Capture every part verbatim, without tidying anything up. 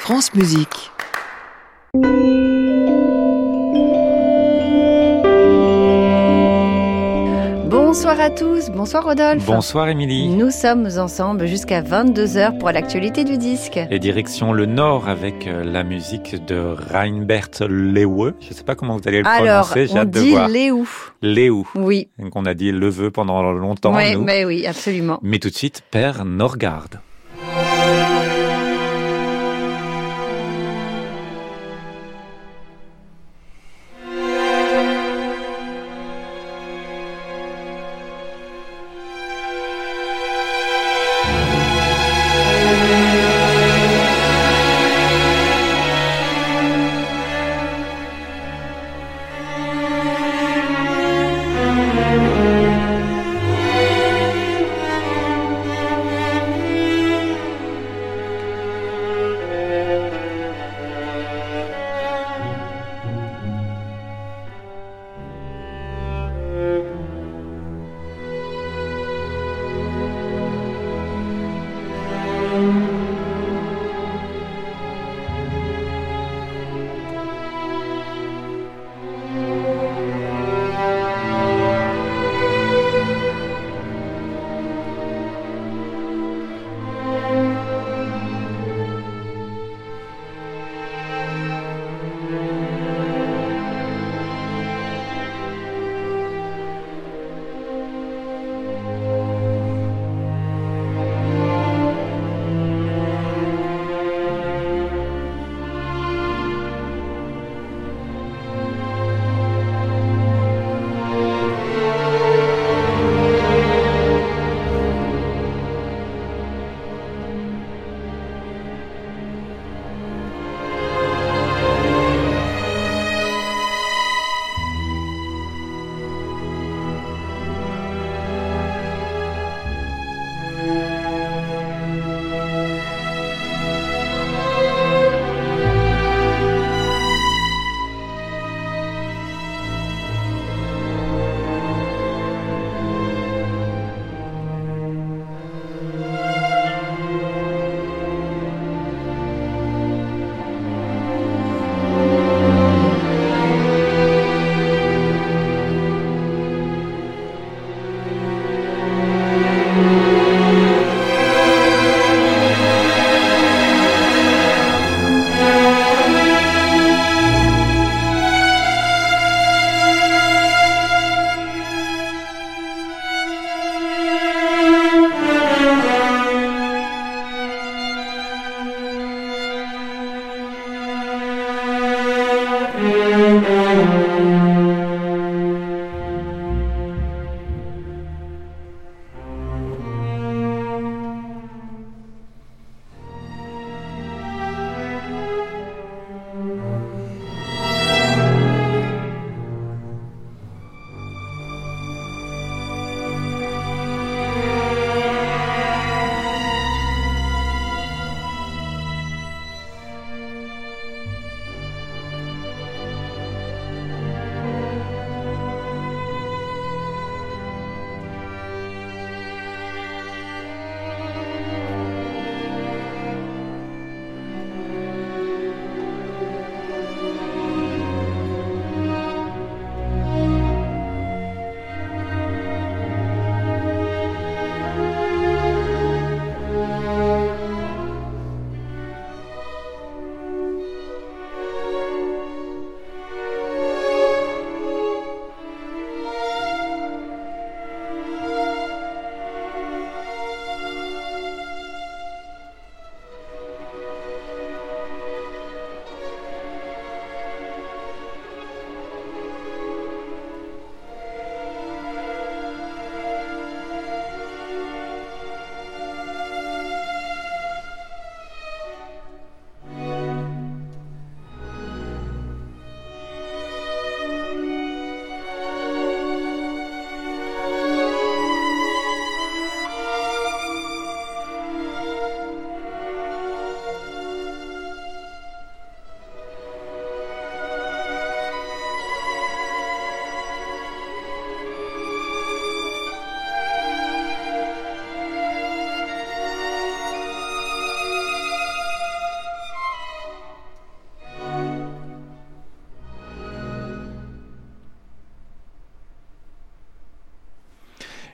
France Musique. Bonsoir à tous, bonsoir Rodolphe. Bonsoir Émilie. Nous sommes ensemble jusqu'à vingt-deux heures pour l'actualité du disque. Et direction le nord avec la musique de Reinbert Leeuw. Je ne sais pas comment vous allez le Alors, prononcer, j'ai on hâte de dit voir. Leeuw. Leeuw. Oui. Donc on a dit Leveux pendant longtemps, Ouais, nous. mais oui, absolument. Mais tout de suite, Père Norgard.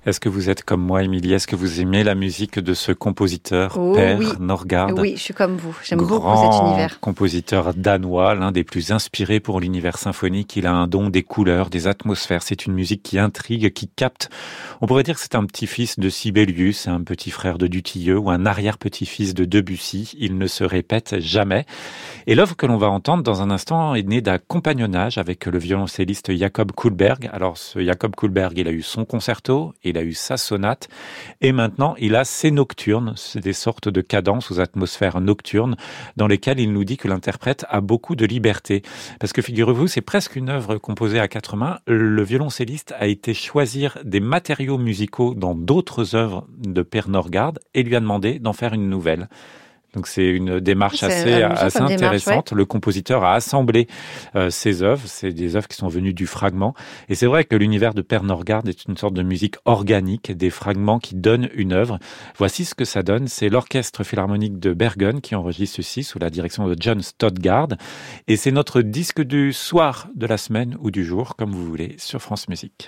Est-ce que vous êtes comme moi, Émilie? Est-ce que vous aimez la musique de ce compositeur, Oh, Per oui. Nørgaard? Oui, je suis comme vous. J'aime Grand beaucoup cet univers. Compositeur danois, l'un des plus inspirés pour l'univers symphonique. Il a un don des couleurs, des atmosphères. C'est une musique qui intrigue, qui capte. On pourrait dire que c'est un petit-fils de Sibelius, un petit frère de Dutilleux ou un arrière-petit-fils de Debussy. Il ne se répète jamais. Et l'œuvre que l'on va entendre dans un instant est née d'un compagnonnage avec le violoncelliste Jacob Kullberg. Alors, ce Jacob Kullberg, il a eu son concerto, il a eu sa sonate, et maintenant, il a ses nocturnes. C'est des sortes de cadences aux atmosphères nocturnes dans lesquelles il nous dit que l'interprète a beaucoup de liberté. Parce que figurez-vous, c'est presque une œuvre composée à quatre mains. Le violoncelliste a été choisir des matériaux musicaux dans d'autres œuvres de Per Nørgaard et lui a demandé d'en faire une nouvelle. Donc c'est une démarche C'est assez, amusant assez comme démarche, intéressante. Le compositeur a assemblé euh, ses œuvres. C'est des œuvres qui sont venues du fragment. Et c'est vrai que l'univers de Per Nørgaard est une sorte de musique organique, des fragments qui donnent une œuvre. Voici ce que ça donne. C'est l'Orchestre Philharmonique de Bergen qui enregistre ceci sous la direction de John Stodgard. Et c'est notre disque du soir, de la semaine ou du jour, comme vous voulez, sur France Musique.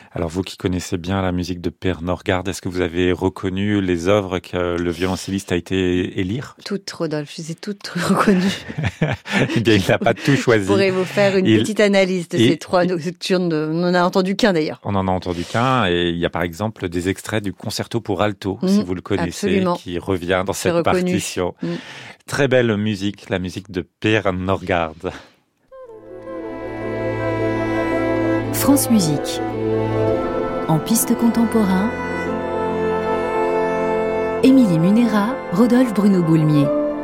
Alors vous qui connaissez bien la musique de Per Norgard, est-ce que vous avez reconnu les œuvres que le violoncelliste a été élire? Toutes, Rodolphe, je les ai toutes reconnues. Eh bien, il n'a pas tout choisi. Je pourrais vous faire une il... petite analyse de il... ces trois nocturnes. On n'en a entendu qu'un d'ailleurs. On en a entendu qu'un et il y a par exemple des extraits du concerto pour alto, mmh, si vous le connaissez, absolument, qui revient dans cette reconnu. partition. Mmh. Très belle musique, la musique de Per Norgard. France Musique. En piste contemporain, Émilie Munera, Rodolphe Bruno-Boulmier.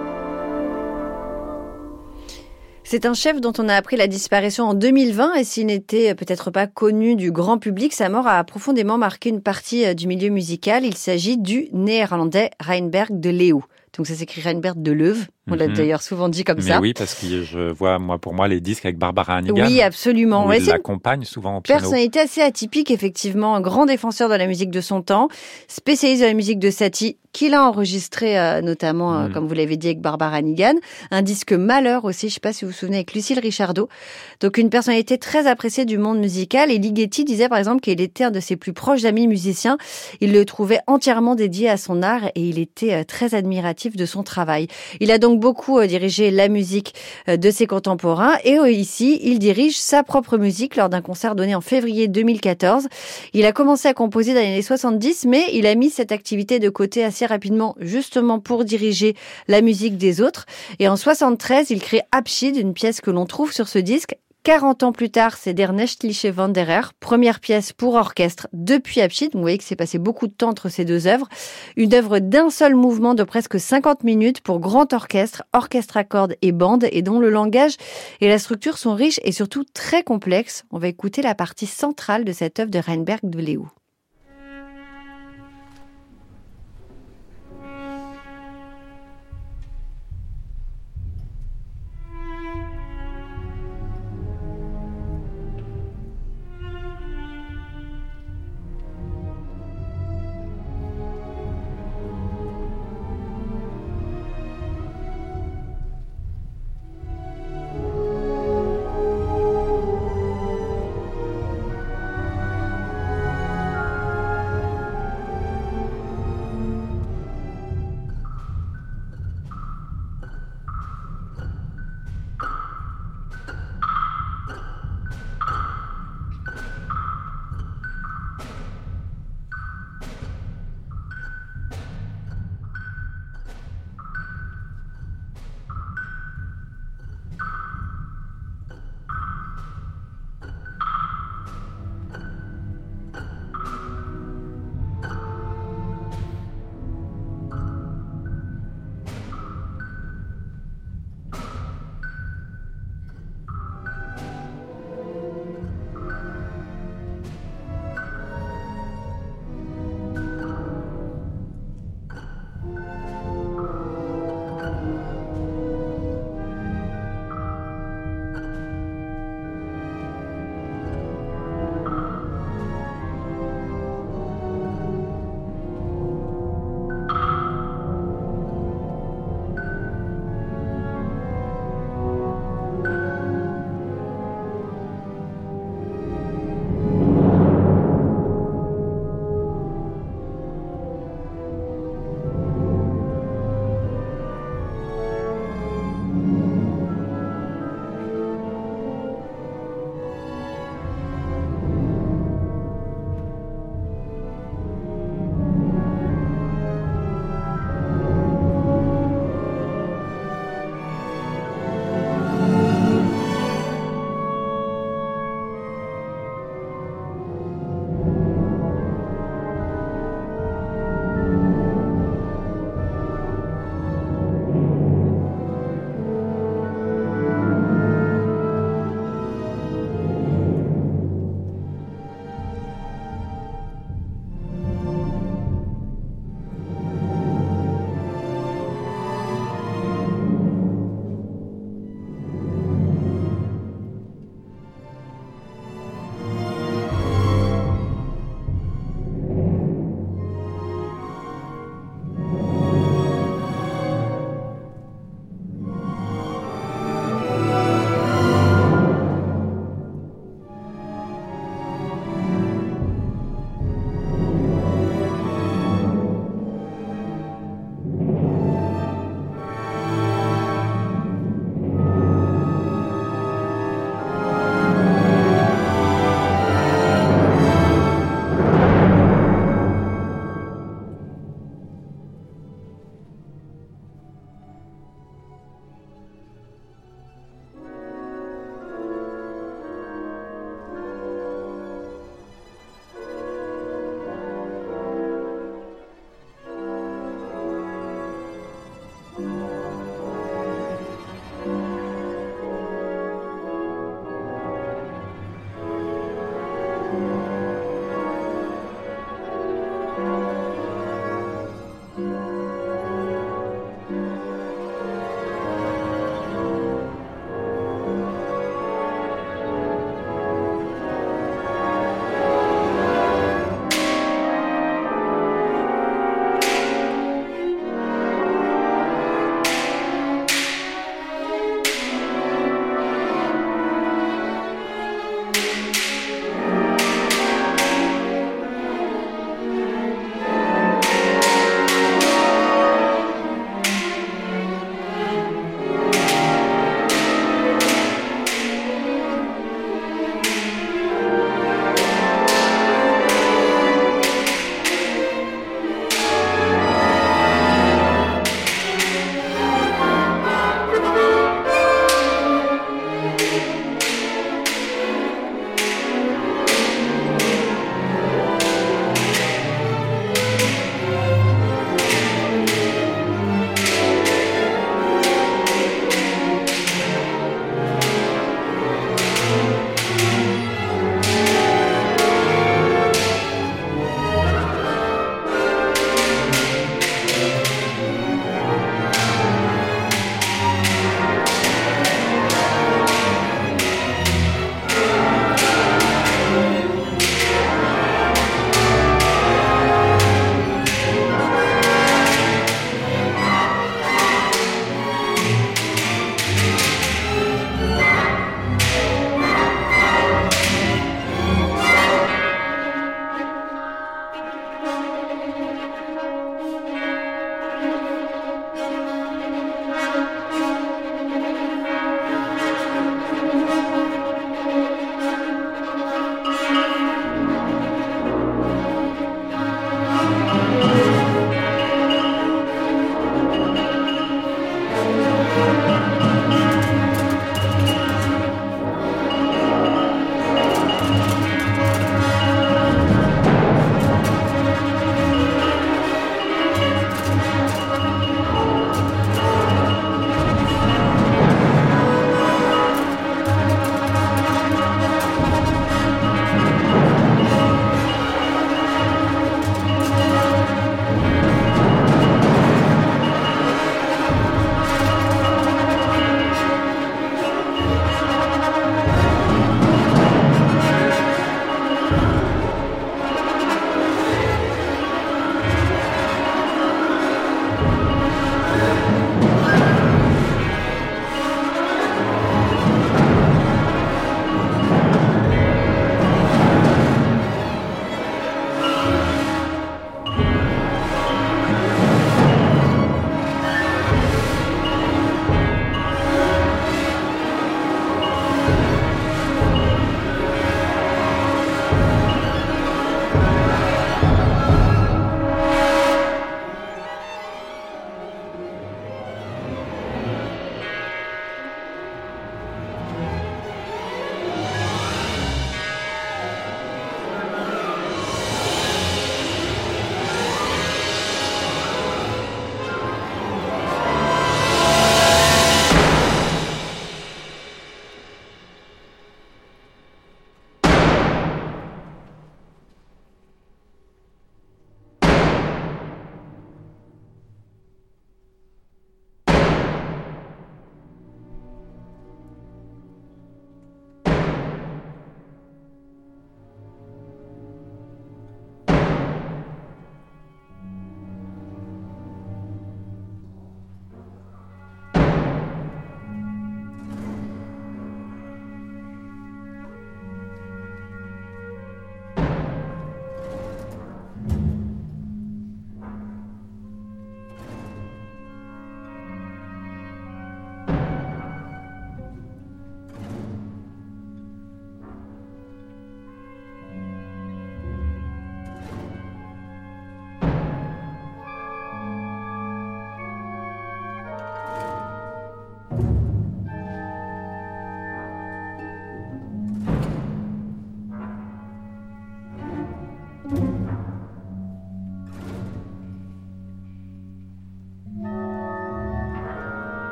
C'est un chef dont on a appris la disparition en deux mille vingt et s'il n'était peut-être pas connu du grand public, sa mort a profondément marqué une partie du milieu musical. Il s'agit du néerlandais Reinberg de Leeuw. Donc ça s'écrit Reinberg de Leeuw. On l'a mm-hmm. d'ailleurs souvent dit comme Mais ça. Oui, parce que je vois, moi, pour moi, les disques avec Barbara Hannigan. Oui, absolument. Où ouais, il l'accompagne souvent au piano. Personnalité assez atypique, effectivement. Un grand défenseur de la musique de son temps. Spécialiste de la musique de Satie, qu'il a enregistré, euh, notamment, mm. euh, comme vous l'avez dit, avec Barbara Hannigan. Un disque Malheur aussi, je ne sais pas si vous vous souvenez, avec Lucille Richardot. Donc une personnalité très appréciée du monde musical. Et Ligeti disait, par exemple, qu'il était un de ses plus proches amis musiciens. Il le trouvait entièrement dédié à son art et il était euh, très admiratif de son travail. Il a donc beaucoup euh, dirigé la musique de ses contemporains et ici, il dirige sa propre musique lors d'un concert donné en février deux mille quatorze. Il a commencé à composer dans les années soixante-dix, mais il a mis cette activité de côté assez rapidement, justement pour diriger la musique des autres. Et en soixante-treize, il crée Abschied, une pièce que l'on trouve sur ce disque. quarante ans plus tard, c'est Der Nächtliche Wanderer, première pièce pour orchestre depuis Abschied. Vous voyez que c'est passé beaucoup de temps entre ces deux œuvres. Une œuvre d'un seul mouvement de presque cinquante minutes pour grand orchestre, orchestre à cordes et bande, et dont le langage et la structure sont riches et surtout très complexes. On va écouter la partie centrale de cette œuvre de Reinberg de Leeuw.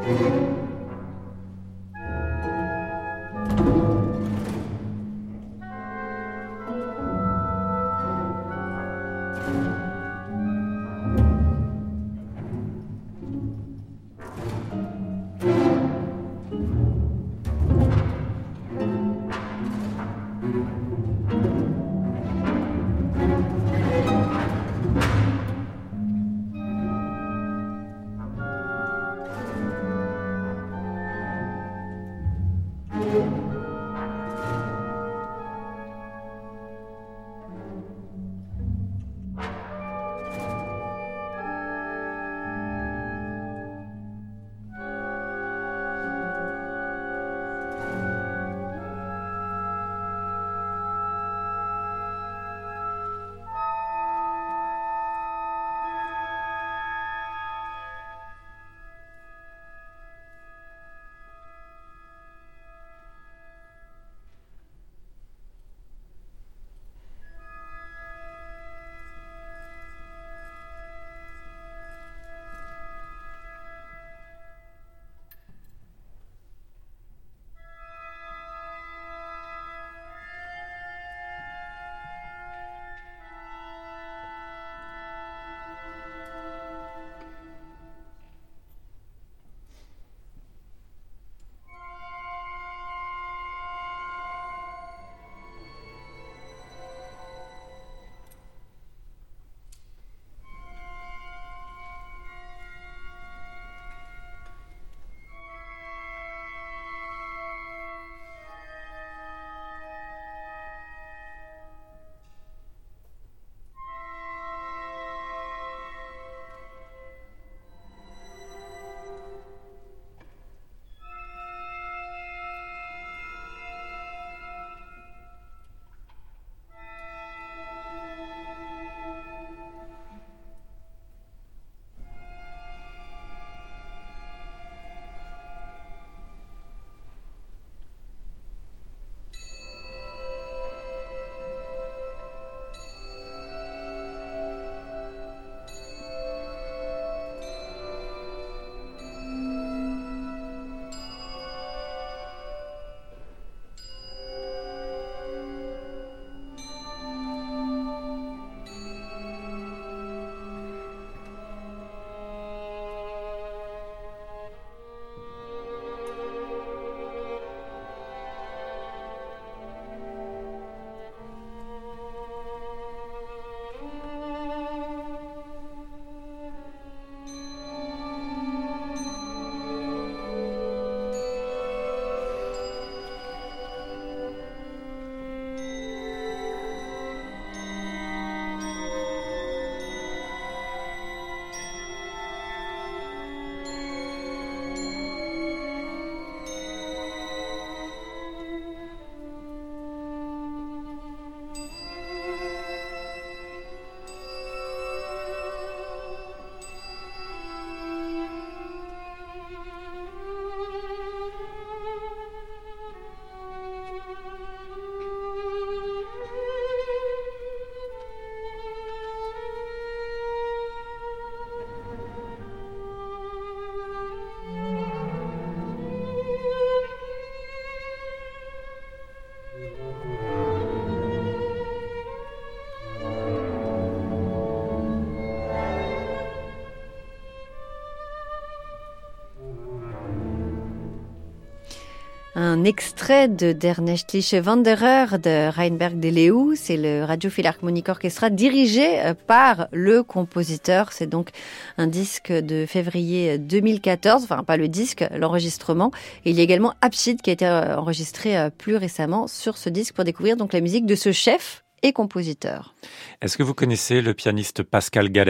Un extrait de Der nächtliche Wanderer de Reinberg de Leeuw, c'est le Radio Philharmonic Orchestra dirigé par le compositeur. C'est donc un disque de février deux mille quatorze, enfin pas le disque, l'enregistrement. Et il y a également Abschied qui a été enregistré plus récemment sur ce disque pour découvrir donc la musique de ce chef et compositeur. Est-ce que vous connaissez le pianiste Pascal Gallet ?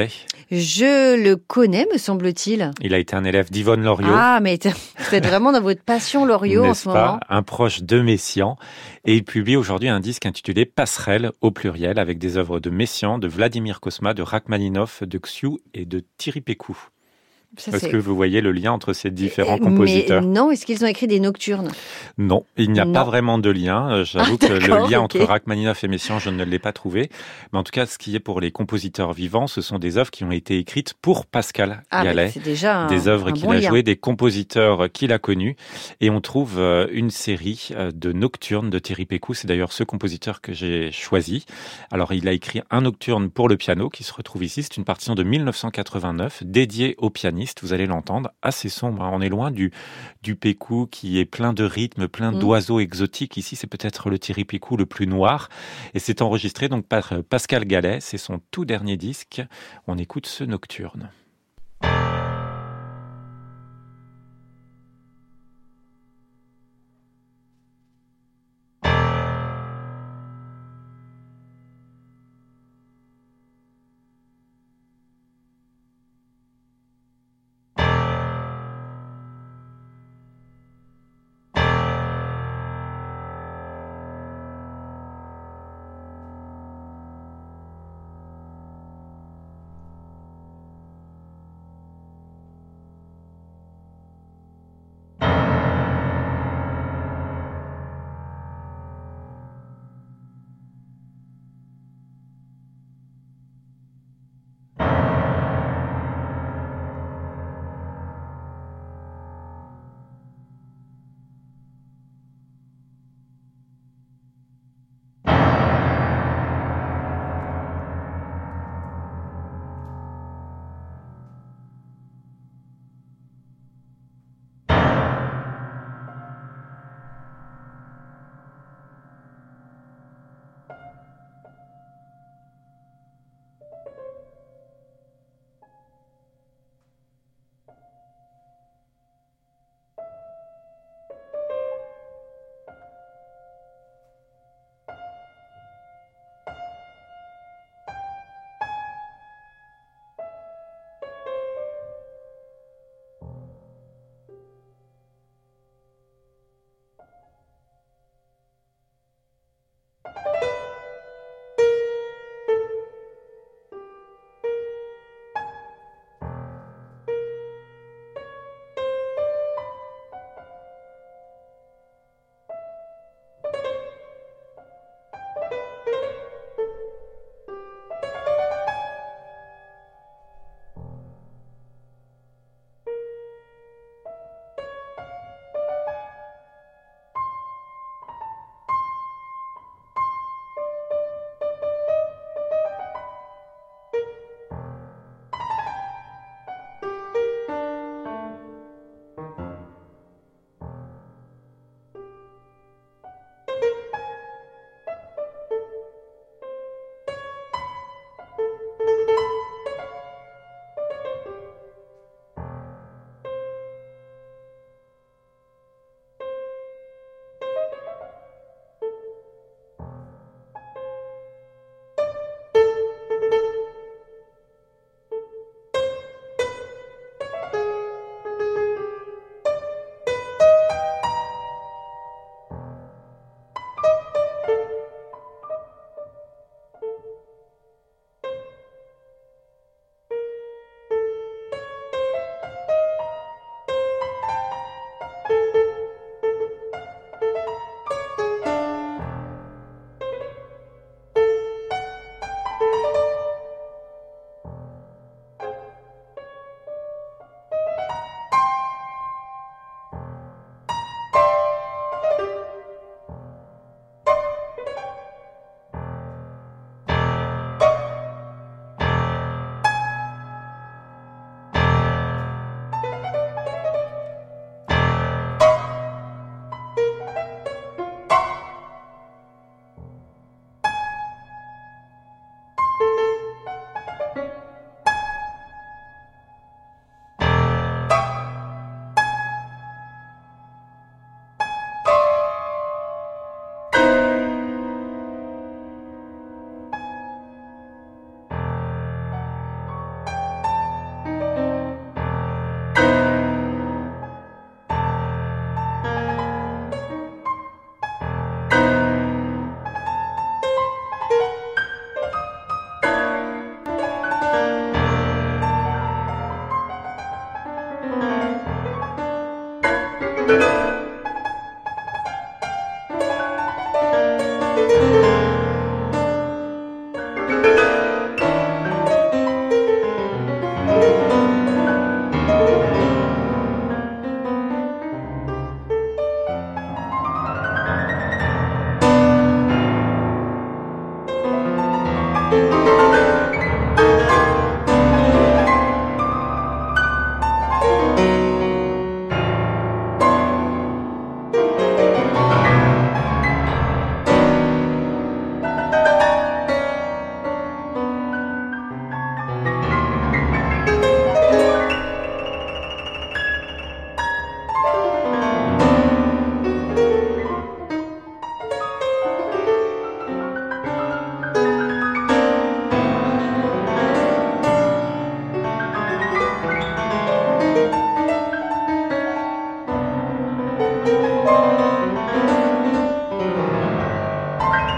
Je le connais, me semble-t-il. Il a été un élève d'Yvonne Loriot. Ah, mais vous êtes vraiment dans votre passion Loriot en ce pas moment. Un proche de Messiaen. Et il publie aujourd'hui un disque intitulé Passerelle au pluriel avec des œuvres de Messiaen, de Vladimir Cosma, de Rachmaninov, de Xiu et de Thierry Pécou. Ça, Est-ce c'est... que vous voyez le lien entre ces différents compositeurs? Mais non, est-ce qu'ils ont écrit des nocturnes? Non, il n'y a Non. pas vraiment de lien. J'avoue Ah, que le d'accord, lien ok. entre Rachmaninoff et Messiaen, je ne l'ai pas trouvé. Mais en tout cas, ce qui est pour les compositeurs vivants, ce sont des œuvres qui ont été écrites pour Pascal Ah, bah, Gallet. c'est déjà un, Des œuvres un qu'il bon a lien. jouées, des compositeurs qu'il a connus. Et on trouve euh, une série euh, de nocturnes de Thierry Pécou. C'est d'ailleurs ce compositeur que j'ai choisi. Alors, il a écrit un nocturne pour le piano qui se retrouve ici. C'est une partition de mille neuf cent quatre-vingt-neuf dédiée au pianiste. Vous allez l'entendre, assez sombre. Hein. On est loin du, du Pécou qui est plein de rythmes, plein Mm. d'oiseaux exotiques. Ici, c'est peut-être le Thierry Pécou le plus noir. Et c'est enregistré donc par Pascal Gallet. C'est son tout dernier disque. On écoute ce nocturne.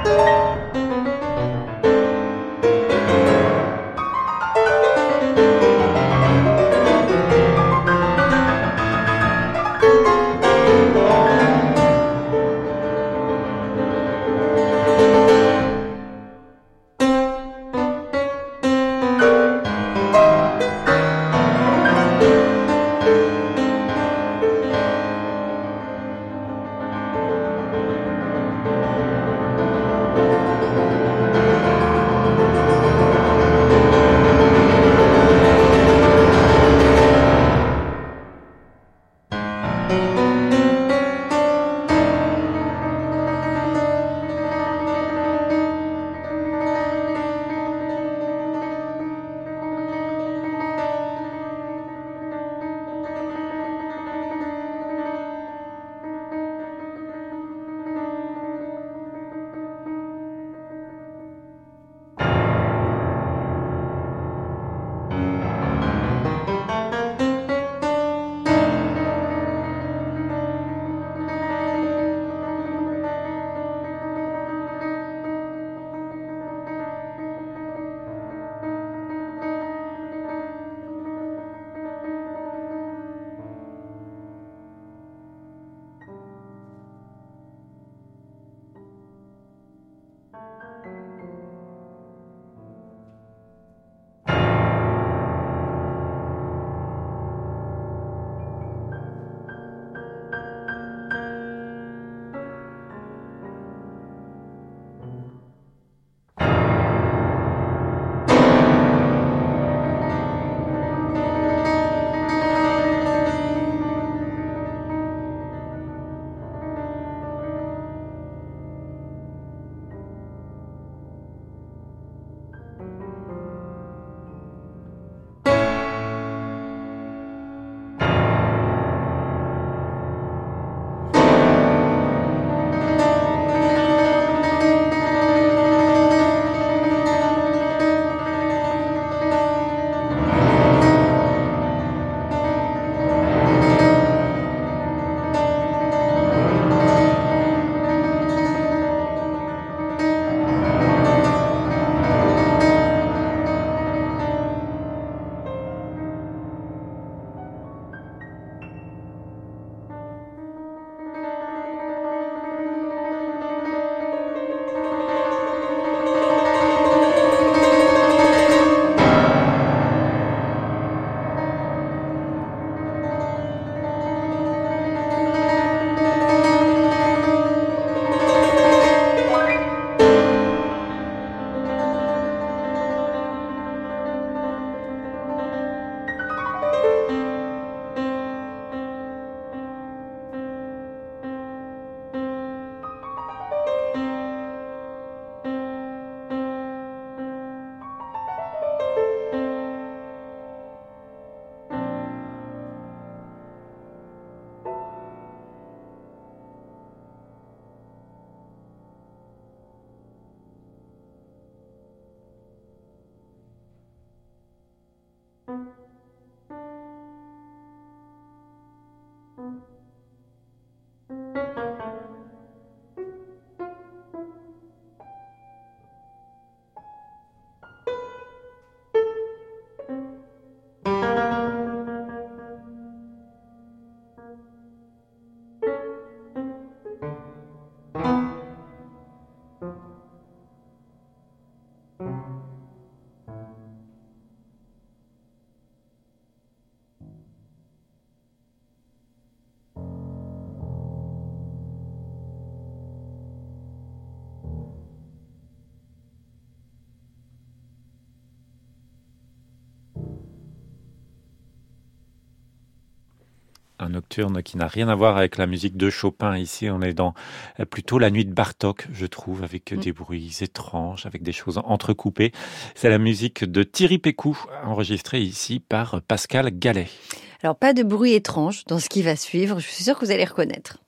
Un nocturne qui n'a rien à voir avec la musique de Chopin. Ici, on est dans plutôt la nuit de Bartók, je trouve, avec mmh. des bruits étranges, avec des choses entrecoupées. C'est la musique de Thierry Pécou, enregistrée ici par Pascal Gallet. Alors, pas de bruit étrange dans ce qui va suivre. Je suis sûre que vous allez reconnaître.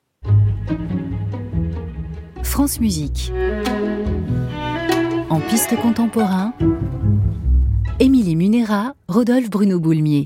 France Musique. En piste contemporain, Émilie Munera, Rodolphe Bruno Boulmier.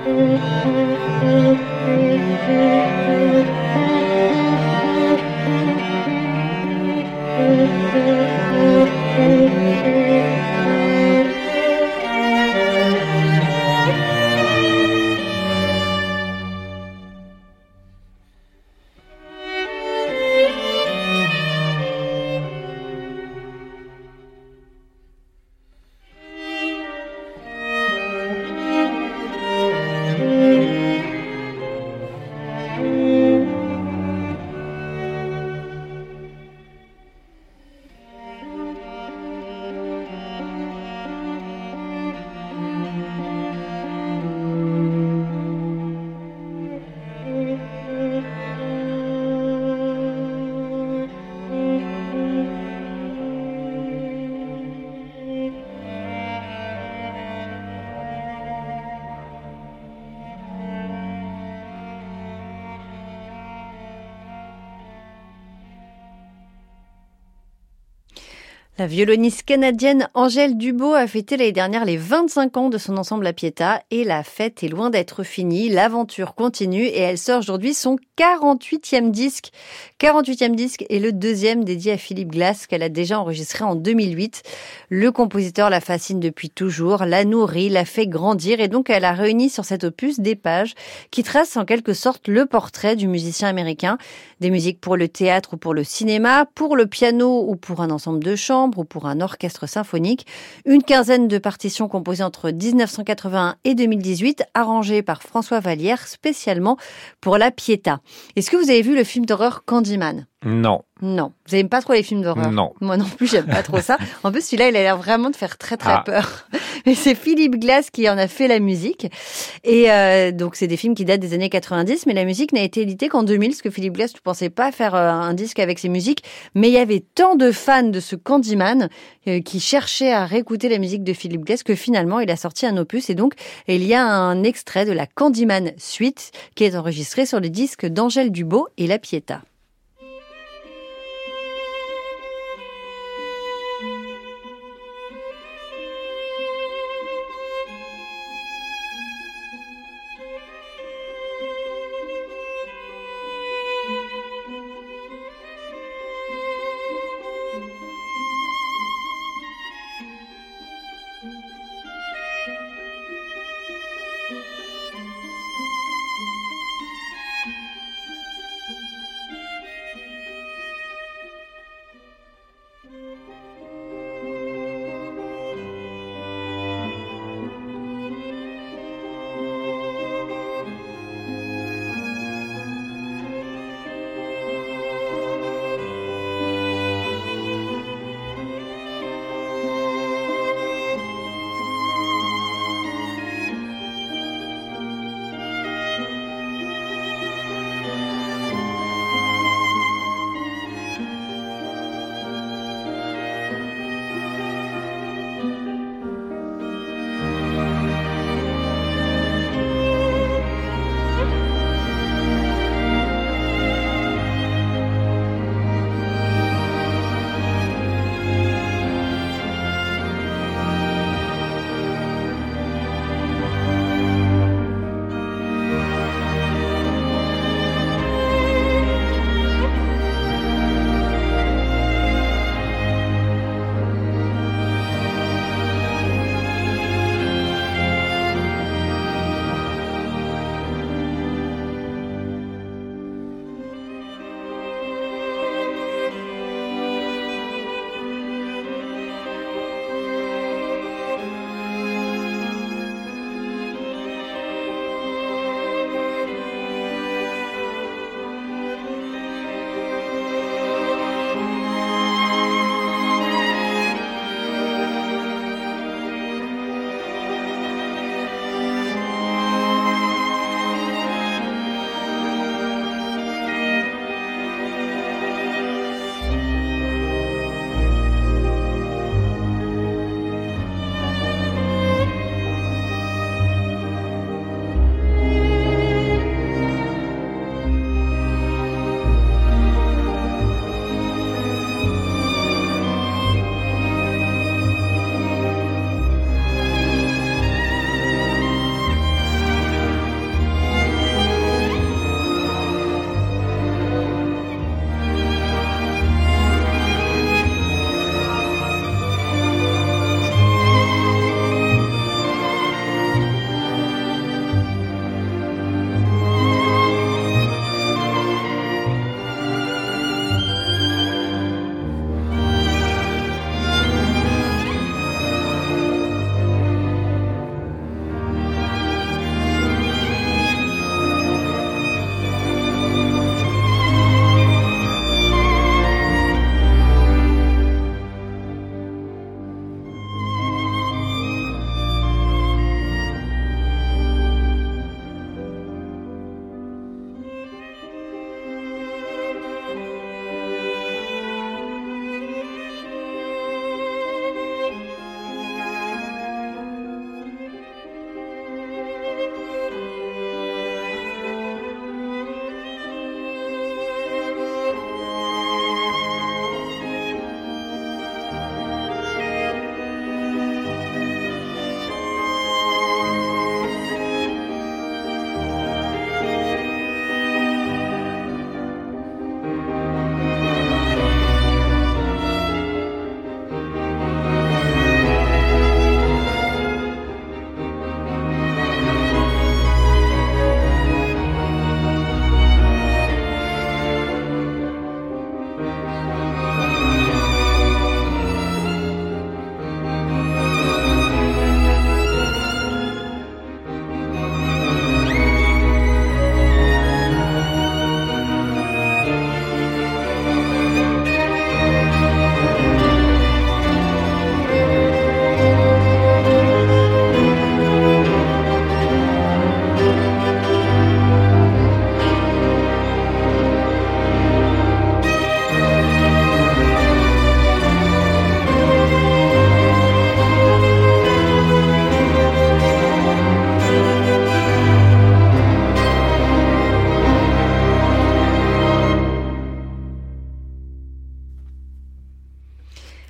La violoniste canadienne Angèle Dubo a fêté l'année dernière les vingt-cinq ans de son ensemble La Pietà et la fête est loin d'être finie. L'aventure continue et elle sort aujourd'hui son quarante-huitième disque. quarante-huitième disque et le deuxième dédié à Philip Glass qu'elle a déjà enregistré en deux mille huit. Le compositeur la fascine depuis toujours, la nourrit, la fait grandir et donc elle a réuni sur cet opus des pages qui tracent en quelque sorte le portrait du musicien américain. Des musiques pour le théâtre ou pour le cinéma, pour le piano ou pour un ensemble de chambre ou pour un orchestre symphonique. Une quinzaine de partitions composées entre dix-neuf cent quatre-vingt-un et deux mille dix-huit, arrangées par François Vallière spécialement pour La Pietà. Est-ce que vous avez vu le film d'horreur Candyman ? Non. Non. Vous n'aimez pas trop les films d'horreur ? Non. Moi non plus, j'aime pas trop ça. En plus, celui-là, il a l'air vraiment de faire très très Ah. peur. Mais c'est Philip Glass qui en a fait la musique. Et euh, donc, c'est des films qui datent des années quatre-vingt-dix, mais la musique n'a été éditée qu'en deux mille, parce que Philip Glass ne pensait pas faire euh, un disque avec ses musiques. Mais il y avait tant de fans de ce Candyman euh, qui cherchaient à réécouter la musique de Philip Glass que finalement, il a sorti un opus. Et donc, il y a un extrait de la Candyman Suite qui est enregistré sur les disques d'Angèle Dubo et La Pietà.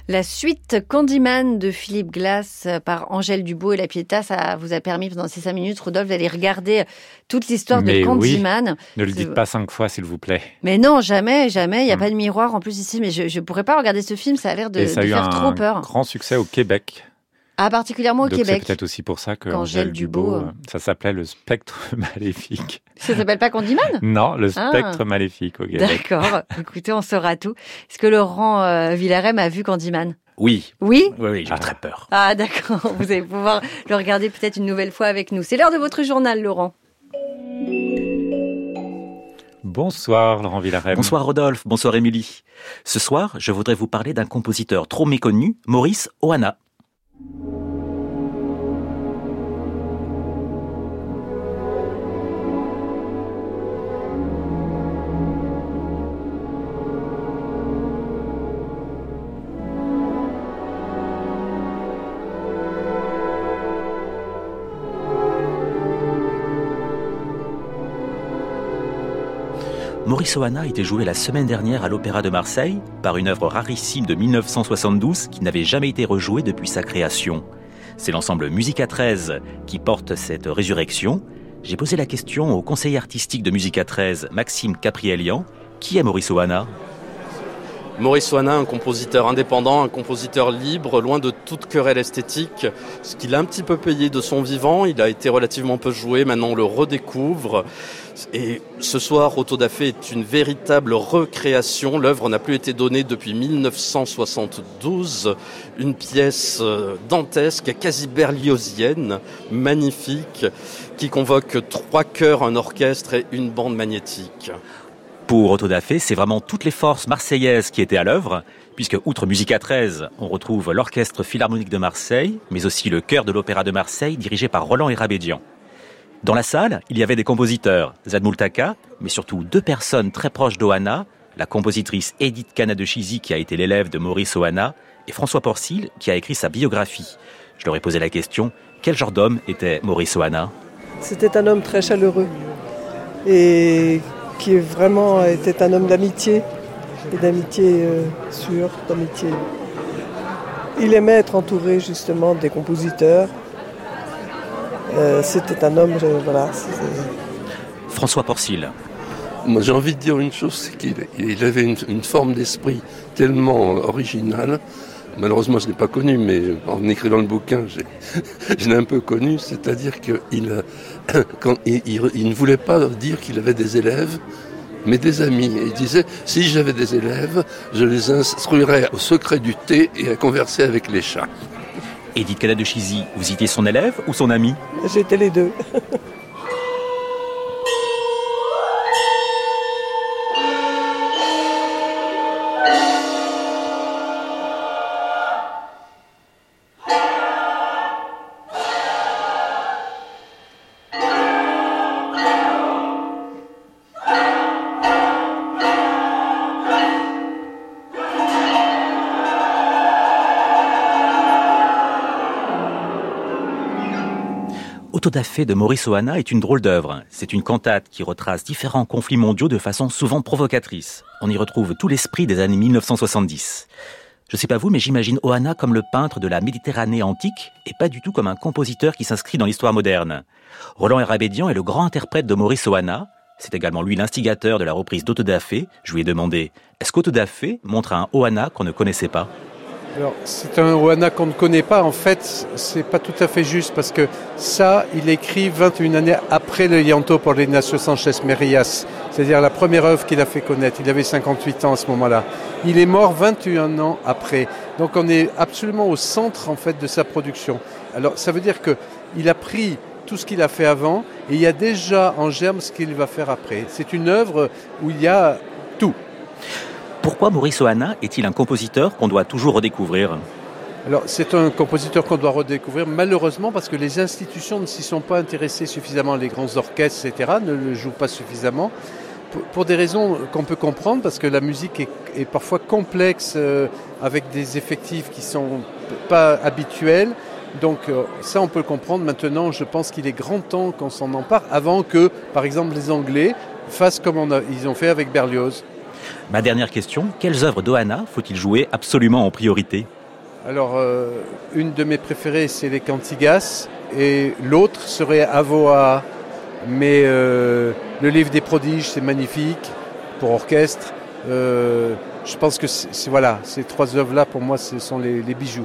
La suite Candyman de Philippe Glass par Angèle Dubois et La Pietà, ça vous a permis pendant ces cinq minutes, Rodolphe, d'aller regarder toute l'histoire Mais de Candyman. Oui. Ne le dites pas cinq fois, s'il vous plaît. Mais non, jamais, jamais. Il n'y a hum. pas de miroir en plus ici. Mais je ne pourrais pas regarder ce film, ça a l'air de, de faire trop peur. Ça a eu un grand succès au Québec. Ah, particulièrement au Donc Québec. C'est peut-être aussi pour ça que Angèle Dubois, euh, ça s'appelait Le Spectre Maléfique. Ça s'appelle pas Candyman ? Non, Le Spectre ah. Maléfique au Québec. D'accord. Écoutez, on saura tout. Est-ce que Laurent euh, Villarem a vu Candyman ? Oui. Oui ? Oui, oui, j'ai ah. très peur. Ah, d'accord. Vous allez pouvoir le regarder peut-être une nouvelle fois avec nous. C'est l'heure de votre journal, Laurent. Bonsoir Laurent Villarem. Bonsoir Rodolphe, bonsoir Émilie. Ce soir, je voudrais vous parler d'un compositeur trop méconnu, Maurice Ohana. Maurice Ohana a été joué la semaine dernière à l'Opéra de Marseille par une œuvre rarissime de mille neuf cent soixante-douze qui n'avait jamais été rejouée depuis sa création. C'est l'ensemble Musica treize qui porte cette résurrection. J'ai posé la question au conseiller artistique de Musica treize, Maxime Caprielian. Qui est Maurice Ohana ? Maurice Ohana, un compositeur indépendant, un compositeur libre, loin de toute querelle esthétique. Ce qu'il a un petit peu payé de son vivant, il a été relativement peu joué, maintenant on le redécouvre. Et ce soir, Autodafé est une véritable recréation. L'œuvre n'a plus été donnée depuis mille neuf cent soixante-douze. Une pièce dantesque, quasi berliosienne, magnifique, qui convoque trois chœurs, un orchestre et une bande magnétique. Pour Autodafé, c'est vraiment toutes les forces marseillaises qui étaient à l'œuvre, puisque outre Musica treize, on retrouve l'Orchestre Philharmonique de Marseille, mais aussi le chœur de l'Opéra de Marseille, dirigé par Roland Erabédian. Dans la salle, il y avait des compositeurs, Zad Moultaka, mais surtout deux personnes très proches d'Ohana, la compositrice Edith Cana-de-Chizy, qui a été l'élève de Maurice Ohana, et François Porcil, qui a écrit sa biographie. Je leur ai posé la question, quel genre d'homme était Maurice Ohana ? C'était un homme très chaleureux, et qui vraiment était un homme d'amitié, et d'amitié euh, sûre, d'amitié. Il aimait être entouré justement des compositeurs. Euh, c'était un homme, euh, voilà. C'était... François Porcil. Moi, j'ai envie de dire une chose, c'est qu'il il avait une, une forme d'esprit tellement originale. Malheureusement, je ne l'ai pas connu, mais en écrivant le bouquin, j'ai, je l'ai un peu connu. C'est-à-dire qu'il quand, il, il, il ne voulait pas dire qu'il avait des élèves, mais des amis. Et il disait, si j'avais des élèves, je les instruirais au secret du thé et à converser avec les chats. Edith Cana-de-Chizy, vous étiez son élève ou son ami ? J'étais les deux. Autodafé de Maurice Ohana est une drôle d'œuvre. C'est une cantate qui retrace différents conflits mondiaux de façon souvent provocatrice. On y retrouve tout l'esprit des années mille neuf cent soixante-dix. Je sais pas vous, mais j'imagine Ohana comme le peintre de la Méditerranée antique et pas du tout comme un compositeur qui s'inscrit dans l'histoire moderne. Roland Erabédian est le grand interprète de Maurice Ohana. C'est également lui l'instigateur de la reprise d'Autodafé. Je lui ai demandé, est-ce qu'Autodafé montre un Ohana qu'on ne connaissait pas ? Alors, c'est un Ohana qu'on ne connaît pas. En fait, c'est pas tout à fait juste parce que ça, il écrit vingt et une années après le Llanto por Ignacio Sánchez Mejías, c'est-à-dire la première œuvre qu'il a fait connaître. Il avait cinquante-huit ans à ce moment-là. Il est mort vingt et un ans après. Donc, on est absolument au centre, en fait, de sa production. Alors, ça veut dire que il a pris tout ce qu'il a fait avant et il y a déjà en germe ce qu'il va faire après. C'est une œuvre où il y a tout. Pourquoi Maurice Ohana est-il un compositeur qu'on doit toujours redécouvrir ? Alors, c'est un compositeur qu'on doit redécouvrir, malheureusement, parce que les institutions ne s'y sont pas intéressées suffisamment. Les grands orchestres, et cetera, ne le jouent pas suffisamment. Pour, pour des raisons qu'on peut comprendre, parce que la musique est, est parfois complexe, euh, avec des effectifs qui ne sont pas habituels. Donc, euh, ça, on peut le comprendre. Maintenant, je pense qu'il est grand temps qu'on s'en empare, avant que, par exemple, les Anglais fassent comme on a, ils ont fait avec Berlioz. Ma dernière question, quelles œuvres d'Ohana faut-il jouer absolument en priorité ? Alors, euh, une de mes préférées, c'est les Cantigas, et l'autre serait Avoa. Mais euh, le livre des prodiges, c'est magnifique pour orchestre. Euh, je pense que c'est, c'est, voilà, ces trois œuvres-là, pour moi, ce sont les, les bijoux.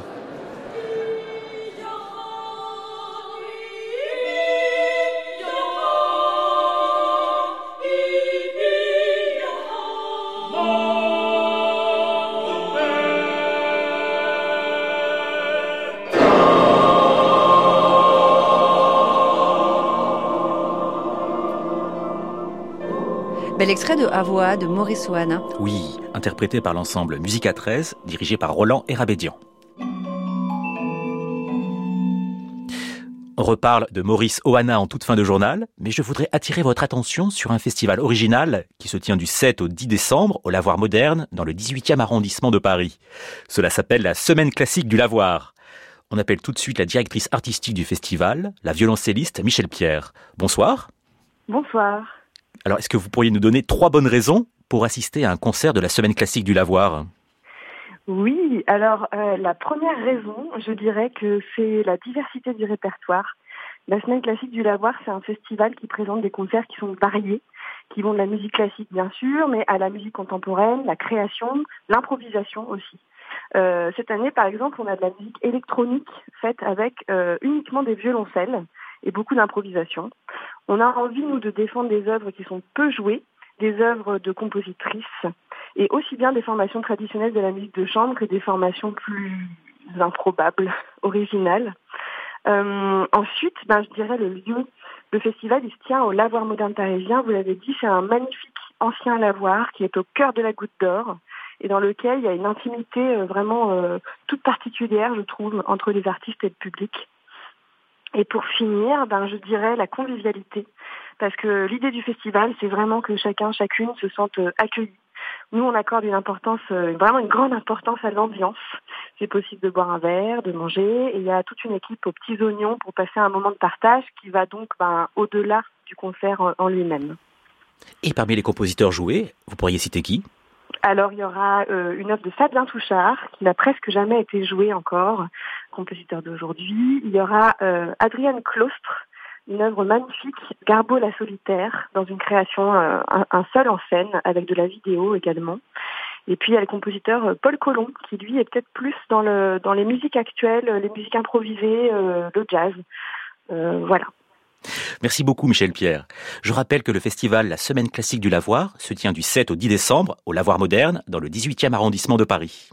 Bel extrait de Avoa de Maurice Ohana. Oui, interprété par l'ensemble Musica treize, dirigé par Roland Érabédian. On reparle de Maurice Ohana en toute fin de journal, mais je voudrais attirer votre attention sur un festival original qui se tient du sept au dix décembre au Lavoir Moderne, dans le dix-huitième arrondissement de Paris. Cela s'appelle la Semaine classique du Lavoir. On appelle tout de suite la directrice artistique du festival, la violoncelliste Michèle Pierre. Bonsoir. Bonsoir. Alors, est-ce que vous pourriez nous donner trois bonnes raisons pour assister à un concert de la Semaine classique du Lavoir ? Oui, alors euh, la première raison, je dirais que c'est la diversité du répertoire. La Semaine classique du Lavoir, c'est un festival qui présente des concerts qui sont variés, qui vont de la musique classique bien sûr, mais à la musique contemporaine, la création, l'improvisation aussi. Euh, cette année, par exemple, on a de la musique électronique faite avec euh, uniquement des violoncelles et beaucoup d'improvisation. On a envie, nous, de défendre des œuvres qui sont peu jouées, des œuvres de compositrices, et aussi bien des formations traditionnelles de la musique de chambre que des formations plus improbables, originales. Euh, ensuite, ben, je dirais le lieu. Le festival, il se tient au Lavoir Moderne parisien. Vous l'avez dit, c'est un magnifique ancien lavoir qui est au cœur de la Goutte d'Or et dans lequel il y a une intimité euh, vraiment euh, toute particulière, je trouve, entre les artistes et le public. Et pour finir, ben, je dirais la convivialité, parce que l'idée du festival, c'est vraiment que chacun, chacune se sente accueilli. Nous, on accorde une importance, vraiment une grande importance à l'ambiance. C'est possible de boire un verre, de manger, et il y a toute une équipe aux petits oignons pour passer un moment de partage qui va donc ben, au-delà du concert en, en lui-même. Et parmi les compositeurs joués, vous pourriez citer qui ? Alors, il y aura euh, une œuvre de Fabien Touchard, qui n'a presque jamais été jouée encore, compositeur d'aujourd'hui. Il y aura euh, Adrienne Claustre, une œuvre magnifique, Garbeau la solitaire, dans une création, euh, un, un seul en scène, avec de la vidéo également. Et puis, il y a le compositeur euh, Paul Colomb, qui lui est peut-être plus dans, le, dans les musiques actuelles, les musiques improvisées, euh, le jazz. Euh, voilà. Merci beaucoup Michèle Pierre. Je rappelle que le festival La Semaine classique du Lavoir se tient du sept au dix décembre au Lavoir Moderne dans le dix-huitième arrondissement de Paris.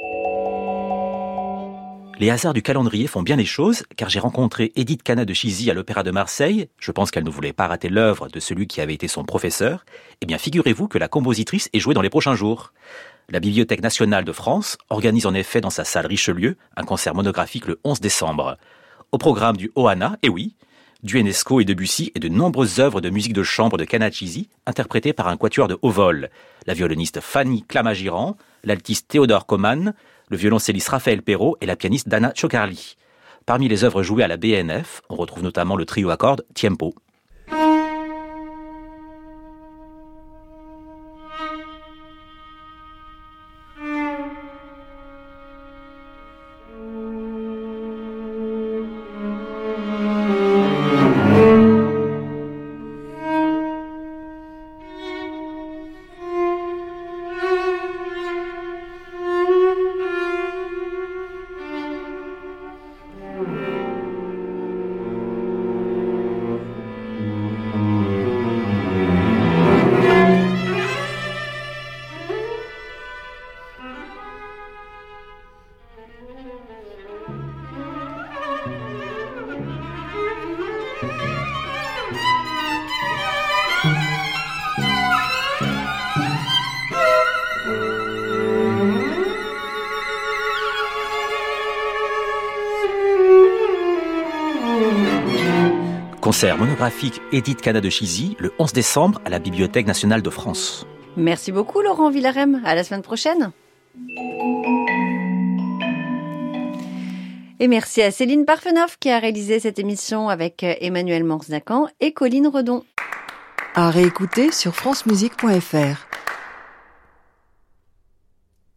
Les hasards du calendrier font bien les choses, car j'ai rencontré Edith Cana de Chizy à l'Opéra de Marseille. Je pense qu'elle ne voulait pas rater l'œuvre de celui qui avait été son professeur. Eh bien, figurez-vous que la compositrice est jouée dans les prochains jours. La Bibliothèque nationale de France organise en effet dans sa salle Richelieu un concert monographique le onze décembre. Au programme du Ohana, et oui, du Ionesco et Debussy et de nombreuses œuvres de musique de chambre de Cana Chizy, interprétées par un quatuor de haut vol. La violoniste Fanny Clamagiran, l'altiste Théodore Coman, le violoncelliste Raphaël Perrault et la pianiste Dana Ciocarli. Parmi les œuvres jouées à la B N F, on retrouve notamment le trio à cordes Tiempo. Concert monographique Edith Cana de Chizy, le onze décembre à la Bibliothèque nationale de France. Merci beaucoup Laurent Villarem, à la semaine prochaine. Et merci à Céline Parfenoff qui a réalisé cette émission avec Emmanuel Morznacan et Colline Redon. À réécouter sur francemusique point f r.